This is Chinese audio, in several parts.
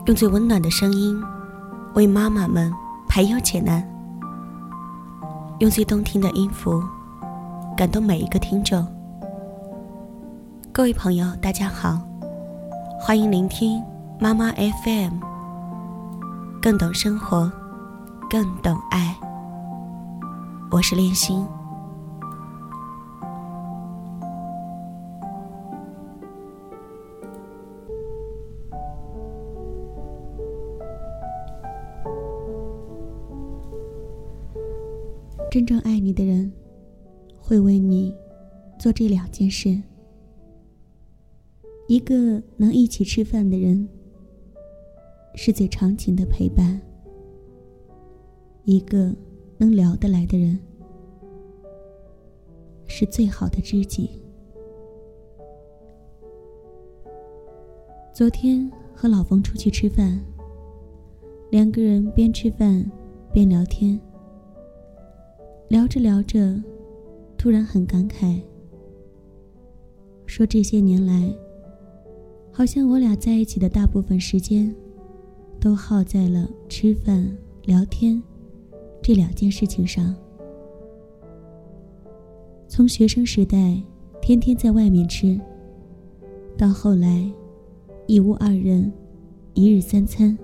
用最温暖的声音为妈妈们排忧解难，用最动听的音符感动每一个听众。各位朋友大家好，欢迎聆听妈妈 FM， 更懂生活，更懂爱。我是恋心。真正爱你的人会为你做这2件事。一个能一起吃饭的人是最长情的陪伴，一个能聊得来的人是最好的知己。昨天和老冯出去吃饭，2个人边吃饭边聊天，聊着聊着突然很感慨，说这些年来好像我俩在一起的大部分时间都耗在了吃饭聊天这2件事情上。从学生时代天天在外面吃，到后来一屋2人1日3餐。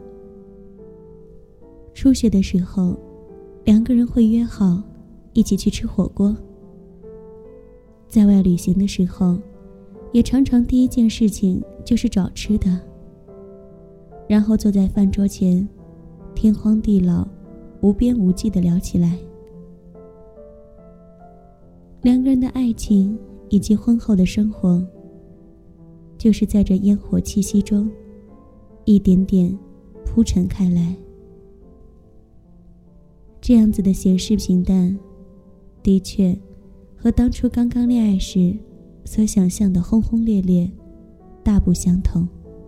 初学的时候2个人会约好一起去吃火锅，在外旅行的时候也常常第一件事情就是找吃的，然后坐在饭桌前天荒地老无边无际地聊起来。2个人的爱情以及婚后的生活就是在这烟火气息中一点点铺陈开来。这样子的闲适平淡的确和当初刚刚恋爱时所想象的轰轰烈烈大不相同。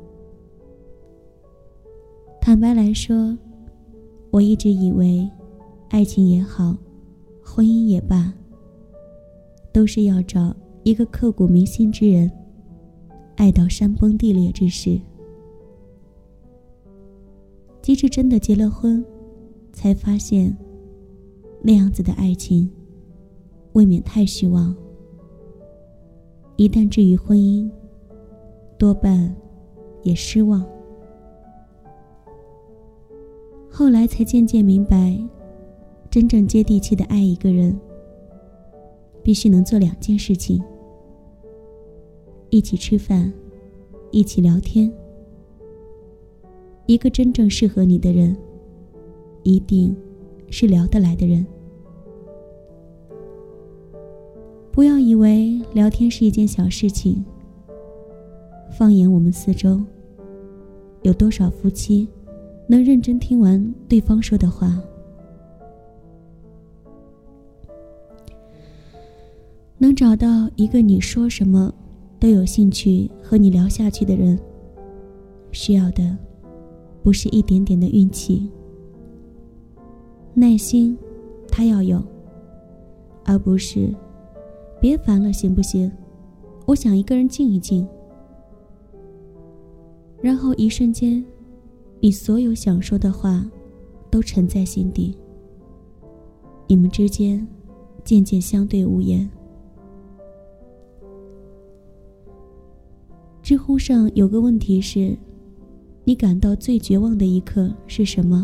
坦白来说，我一直以为爱情也好，婚姻也罢，都是要找一个刻骨铭心之人，爱到山崩地裂之时。即使真的结了婚，才发现那样子的爱情未免太虚妄，一旦至于婚姻，多半也失望。后来才渐渐明白，真正接地气的爱一个人，必须能做2件事情：一起吃饭，一起聊天。一个真正适合你的人，一定是聊得来的人。不要以为聊天是一件小事情，放眼我们四周，有多少夫妻能认真听完对方说的话？能找到一个你说什么都有兴趣和你聊下去的人，需要的不是一点点的运气，耐心他要有，而不是别烦了行不行，我想一个人静一静。然后一瞬间你所有想说的话都沉在心底，你们之间渐渐相对无言。知乎上有个问题是，你感到最绝望的一刻是什么？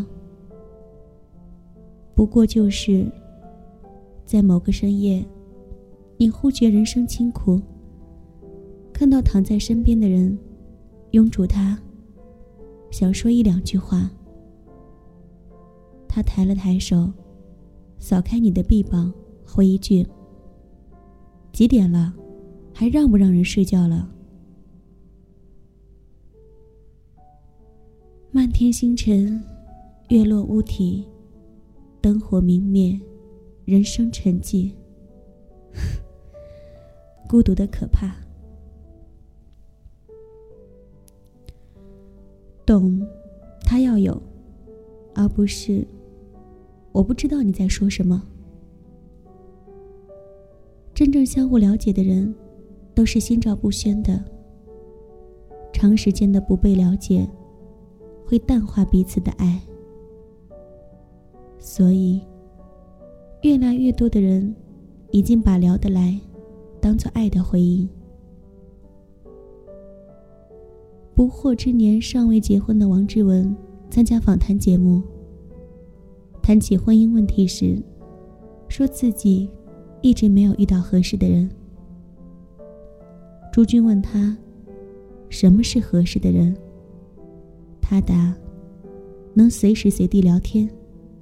不过就是在某个深夜，你忽觉人生清苦，看到躺在身边的人，拥住他，想说1、2句话，他抬了抬手，扫开你的臂膀，回一句：几点了？还让不让人睡觉了？漫天星辰，月落乌啼，灯火明灭，人生沉寂。孤独的可怕。懂，他要有，而不是我不知道你在说什么。真正相互了解的人都是心照不宣的，长时间的不被了解会淡化彼此的爱。所以越来越多的人已经把聊得来当作爱的回应。不惑之年尚未结婚的王志文参加访谈节目，谈起婚姻问题时，说自己一直没有遇到合适的人。朱军问他什么是合适的人，他答：能随时随地聊天。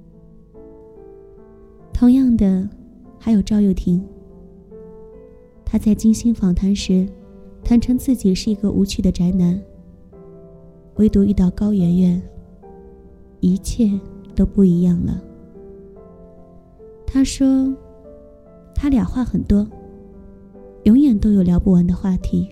同样的还有赵又廷，他在金星访谈时坦诚自己是一个无趣的宅男，唯独遇到高圆圆，一切都不一样了。他说他俩话很多，永远都有聊不完的话题。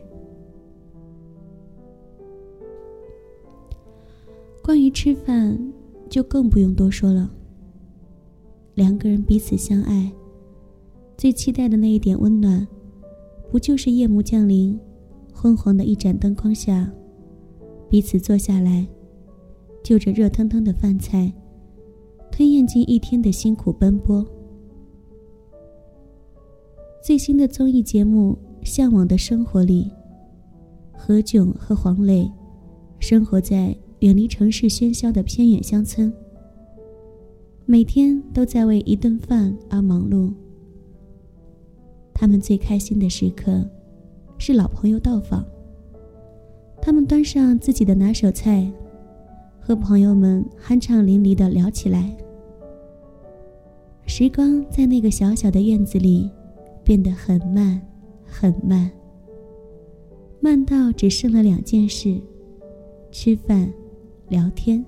关于吃饭就更不用多说了，两个人彼此相爱，最期待的那一点温暖，不就是夜幕降临，昏黄的一盏灯光下，彼此坐下来，就着热腾腾的饭菜，吞咽尽一天的辛苦奔波。最新的综艺节目《向往的生活》里，何炅和黄磊生活在远离城市喧嚣的偏远乡村，每天都在为一顿饭而忙碌。他们最开心的时刻是老朋友到访，他们端上自己的拿手菜，和朋友们酣畅淋漓地聊起来。时光在那个小小的院子里变得很慢很慢，慢到只剩了2件事：吃饭聊天。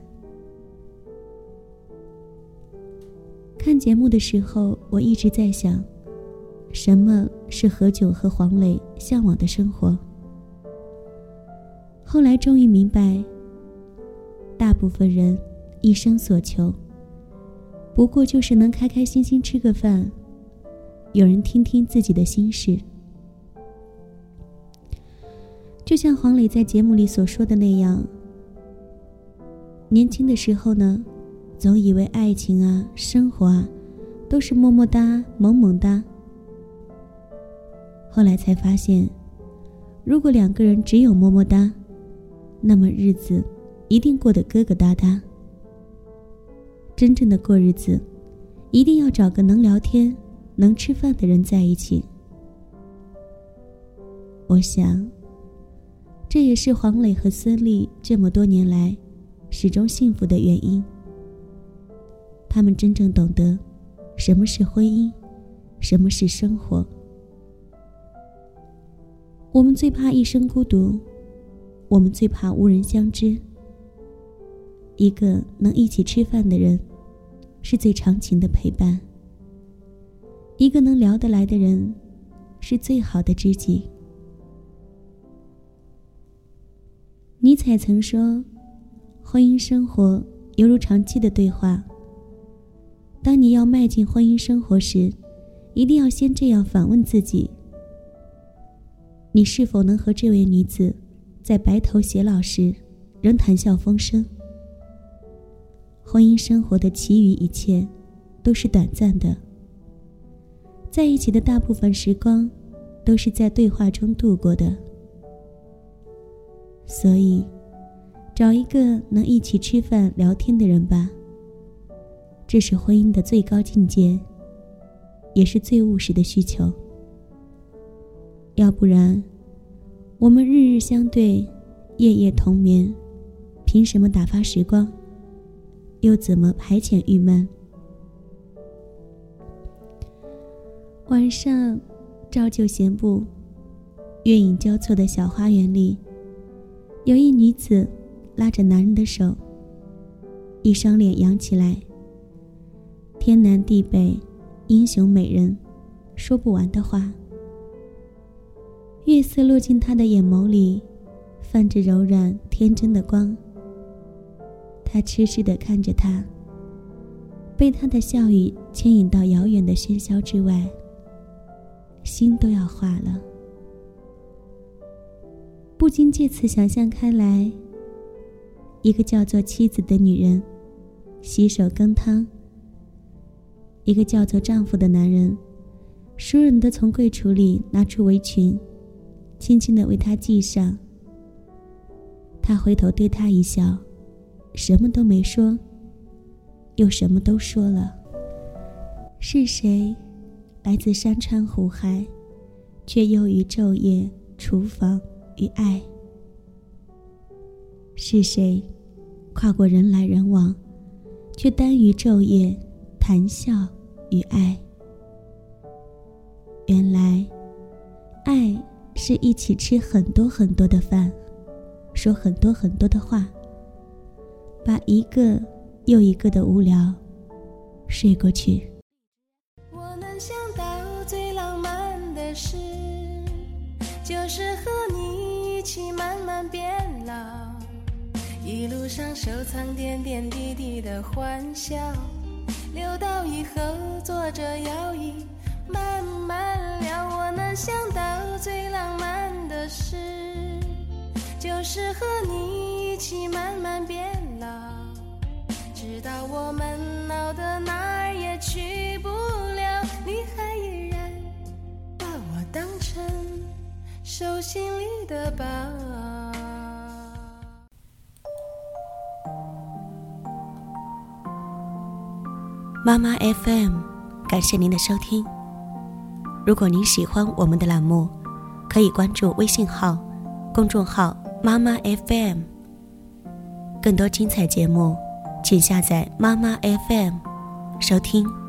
看节目的时候，我一直在想，什么是何炅和黄磊向往的生活？后来终于明白，大部分人一生所求，不过就是能开开心心吃个饭，有人听听自己的心事。就像黄磊在节目里所说的那样，年轻的时候呢，总以为爱情啊、生活啊，都是么么哒、萌萌哒。后来才发现，如果2个人只有么么哒，那么日子一定过得疙疙瘩瘩。真正的过日子，一定要找个能聊天、能吃饭的人在一起。我想，这也是黄磊和孙俪这么多年来始终幸福的原因。他们真正懂得什么是婚姻，什么是生活。我们最怕一生孤独，我们最怕无人相知。一个能一起吃饭的人，是最长情的陪伴。一个能聊得来的人，是最好的知己。尼采曾说，婚姻生活犹如长期的对话。当你要迈进婚姻生活时，一定要先这样反问自己：你是否能和这位女子在白头偕老时仍谈笑风生？婚姻生活的其余一切都是短暂的，在一起的大部分时光都是在对话中度过的。所以，找一个能一起吃饭聊天的人吧，这是婚姻的最高境界，也是最务实的需求。要不然，我们日日相对，夜夜同眠，凭什么打发时光？又怎么排遣郁闷？晚上，朝就闲步，月影交错的小花园里，有一女子拉着男人的手，一双脸扬起来，天南地北，英雄美人，说不完的话。月色落进她的眼眸里，泛着柔软天真的光。他痴痴地看着他，被他的笑语牵引到遥远的喧嚣之外，心都要化了。不禁借此想象开来， 一个叫做妻子的女人洗手羹汤，一个叫做丈夫的男人熟稔地从柜橱里拿出围裙，轻轻地为她系上。他回头对她一笑，什么都没说，又什么都说了。是谁来自山川湖海，却囿于昼夜厨房与爱？是谁跨过人来人往，却耽于昼夜谈笑与爱？原来爱是一起吃很多很多的饭，说很多很多的话，把一个又一个的无聊睡过去。 我能想到最浪漫的事，就是和你一起慢慢变老，一路上收藏点点滴滴的欢笑，留到以后坐着摇椅慢慢聊。我能想到最浪漫的事，就是和你一起慢慢变老，直到我们老的哪儿也去不了，你还依然把我当成手心里的宝。 妈妈 FM， 感谢您的收听。如果您喜欢我们的栏目，可以关注微信号、公众号妈妈 FM。 更多精彩节目请下载妈妈 FM 收听。